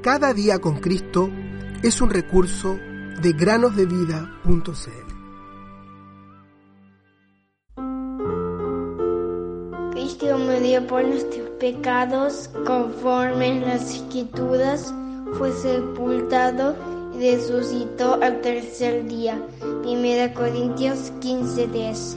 Cada día con Cristo es un recurso de granosdevida.cl. Cristo murió por nuestros pecados, conforme en las Escrituras, fue sepultado y resucitó al tercer día. 1 Corintios 15:10.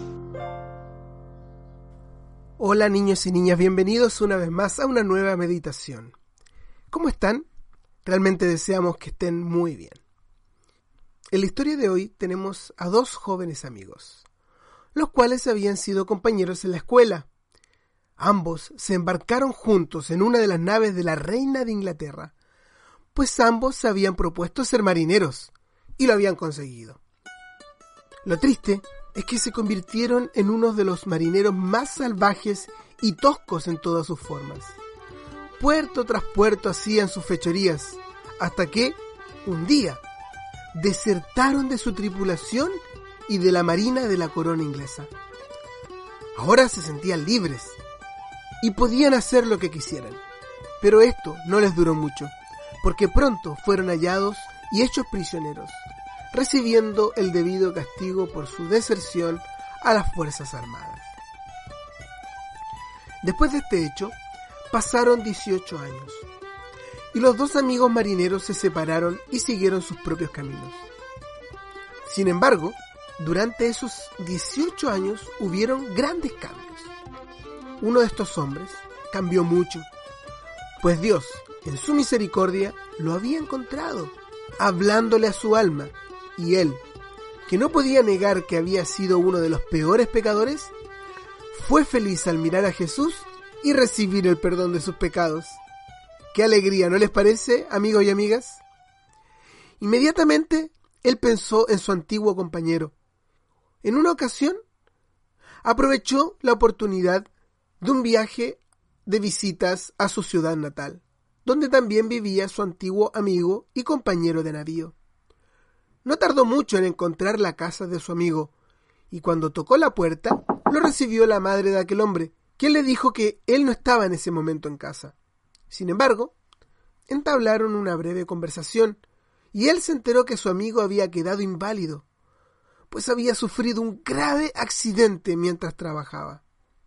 Hola niños y niñas, bienvenidos una vez más a una nueva meditación. ¿Cómo están? Realmente deseamos que estén muy bien. En la historia de hoy tenemos a dos jóvenes amigos, los cuales habían sido compañeros en la escuela. Ambos se embarcaron juntos en una de las naves de la reina de Inglaterra, pues ambos se habían propuesto ser marineros y lo habían conseguido. Lo triste es que se convirtieron en uno de los marineros más salvajes y toscos en todas sus formas. Puerto tras puerto hacían sus fechorías, hasta que, un día, desertaron de su tripulación y de la marina de la corona inglesa. Ahora se sentían libres y podían hacer lo que quisieran. Pero esto no les duró mucho, porque pronto fueron hallados y hechos prisioneros, recibiendo el debido castigo por su deserción a las Fuerzas Armadas. Después de este hecho, pasaron 18 años, y los dos amigos marineros se separaron y siguieron sus propios caminos. Sin embargo, durante esos 18 años hubieron grandes cambios. Uno de estos hombres cambió mucho, pues Dios, en su misericordia, lo había encontrado, hablándole a su alma, y él, que no podía negar que había sido uno de los peores pecadores, fue feliz al mirar a Jesús y recibir el perdón de sus pecados. ¡Qué alegría! ¿No les parece, amigos y amigas? Inmediatamente, él pensó en su antiguo compañero. En una ocasión, aprovechó la oportunidad de un viaje de visitas a su ciudad natal, donde también vivía su antiguo amigo y compañero de navío. No tardó mucho en encontrar la casa de su amigo, y cuando tocó la puerta, lo recibió la madre de aquel hombre, quien le dijo que él no estaba en ese momento en casa. Sin embargo, entablaron una breve conversación, y él se enteró que su amigo había quedado inválido, pues había sufrido un grave accidente mientras trabajaba.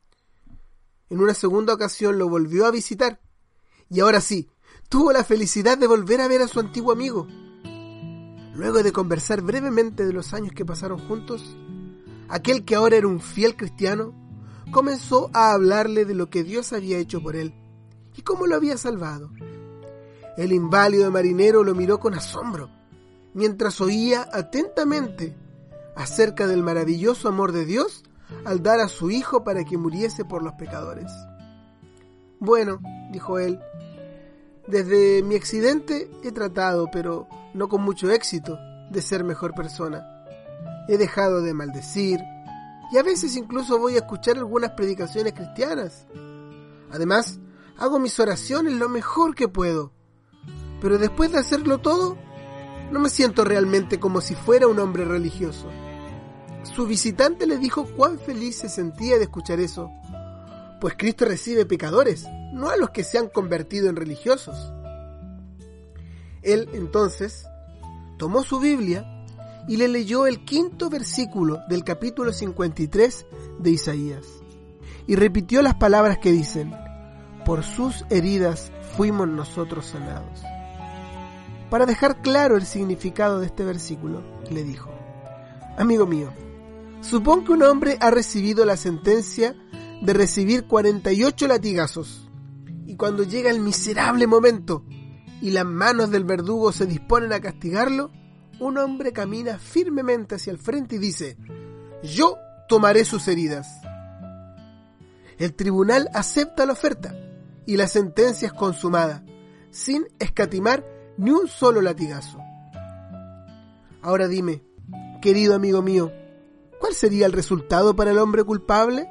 En una segunda ocasión lo volvió a visitar, y ahora sí, tuvo la felicidad de volver a ver a su antiguo amigo. Luego de conversar brevemente de los años que pasaron juntos, aquel que ahora era un fiel cristiano, comenzó a hablarle de lo que Dios había hecho por él y cómo lo había salvado. El inválido marinero lo miró con asombro, mientras oía atentamente acerca del maravilloso amor de Dios al dar a su hijo para que muriese por los pecadores. Bueno, dijo él, desde mi accidente he tratado, pero no con mucho éxito, de ser mejor persona. He dejado de maldecir, y a veces incluso voy a escuchar algunas predicaciones cristianas. Además, hago mis oraciones lo mejor que puedo. Pero después de hacerlo todo, no me siento realmente como si fuera un hombre religioso. Su visitante le dijo cuán feliz se sentía de escuchar eso, pues Cristo recibe pecadores, no a los que se han convertido en religiosos. Él, entonces, tomó su Biblia y le leyó el 5º versículo del capítulo 53 de Isaías, y repitió las palabras que dicen: por sus heridas fuimos nosotros sanados. Para dejar claro el significado de este versículo, le dijo: amigo mío, supón que un hombre ha recibido la sentencia de recibir 48 latigazos, y cuando llega el miserable momento y las manos del verdugo se disponen a castigarlo, un hombre camina firmemente hacia el frente y dice: yo tomaré sus heridas. El tribunal acepta la oferta y la sentencia es consumada, sin escatimar ni un solo latigazo. Ahora dime, querido amigo mío, ¿cuál sería el resultado para el hombre culpable?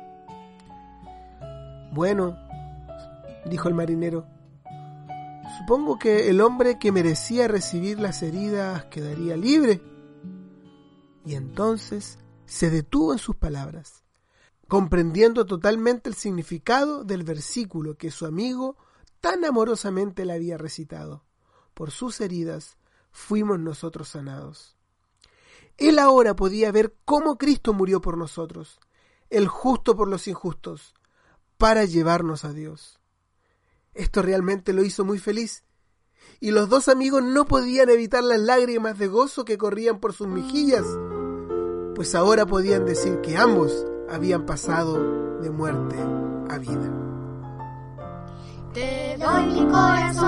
Bueno, dijo el marinero, supongo que el hombre que merecía recibir las heridas quedaría libre. Y entonces se detuvo en sus palabras, comprendiendo totalmente el significado del versículo que su amigo tan amorosamente le había recitado. por sus heridas fuimos nosotros sanados. Él ahora podía ver cómo Cristo murió por nosotros, el justo por los injustos, para llevarnos a Dios. Esto realmente lo hizo muy feliz, y los dos amigos no podían evitar las lágrimas de gozo que corrían por sus mejillas, pues ahora podían decir que ambos habían pasado de muerte a vida. Te doy mi corazón.